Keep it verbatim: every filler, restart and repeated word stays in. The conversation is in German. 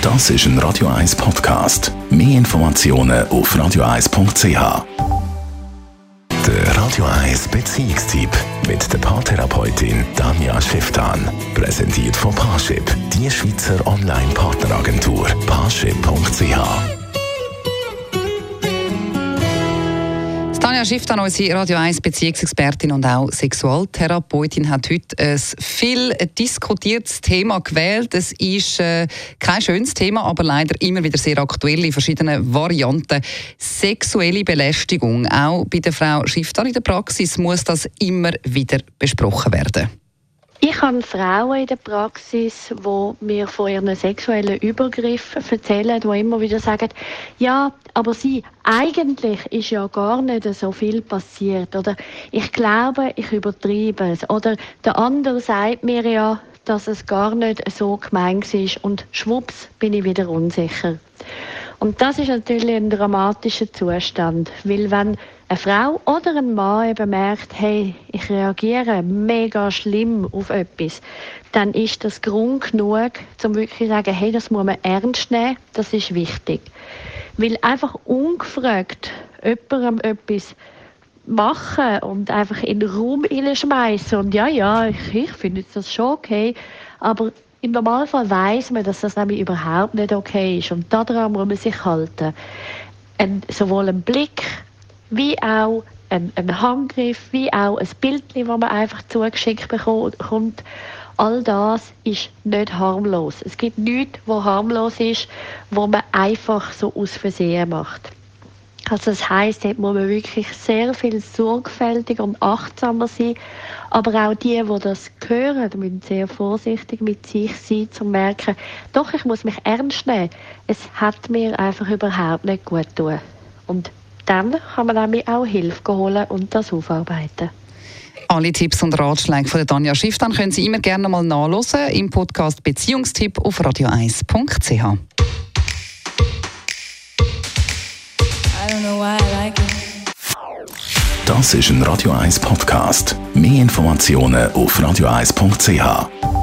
Das ist ein Radio eins Podcast. Mehr Informationen auf radio eins punkt c h. Der Radio eins Beziehungstyp mit der Paartherapeutin Tanja Schifftan. Präsentiert von Parship, die Schweizer Online-Partneragentur. Parship punkt c h. Tanja Schifftan, unsere Radio eins Beziehungsexpertin und auch Sexualtherapeutin, hat heute ein viel diskutiertes Thema gewählt. Es ist äh, kein schönes Thema, aber leider immer wieder sehr aktuell in verschiedenen Varianten. Sexuelle Belästigung. Auch bei der Frau Schifftan in der Praxis muss das immer wieder besprochen werden. Ich habe Frauen in der Praxis, die mir von ihren sexuellen Übergriffen erzählen, die immer wieder sagen, ja, aber sie, eigentlich ist ja gar nicht so viel passiert. Oder ich glaube, ich übertreibe es. Oder der andere sagt mir ja, dass es gar nicht so gemein war und schwupps bin ich wieder unsicher. Und das ist natürlich ein dramatischer Zustand, weil wenn eine Frau oder ein Mann eben merkt, hey, ich reagiere mega schlimm auf etwas, dann ist das Grund genug, um wirklich zu sagen, hey, das muss man ernst nehmen, das ist wichtig. Weil einfach ungefragt jemandem etwas machen und einfach in den Raum hineinschmeißen und ja, ja, ich, ich finde das schon okay, aber im Normalfall weiss man, dass das nämlich überhaupt nicht okay ist und daran muss man sich halten. Ein, sowohl ein Blick, wie auch ein, ein Handgriff, wie auch ein Bildchen, das man einfach zugeschickt bekommt. All das ist nicht harmlos. Es gibt nichts, was harmlos ist, was man einfach so aus Versehen macht. Also das heisst, dort muss man wirklich sehr viel sorgfältiger und achtsamer sein. Aber auch die, die das hören, müssen sehr vorsichtig mit sich sein, um zu merken, doch, ich muss mich ernst nehmen. Es hat mir einfach überhaupt nicht gut getan. Und dann kann man nämlich auch Hilfe holen und das aufarbeiten. Alle Tipps und Ratschläge von der Tanja Schifftan können Sie immer gerne mal nachhören im Podcast Beziehungstipp auf radio eins punkt c h. Das ist ein Radio eins Podcast. Mehr Informationen auf radio eins punkt c h.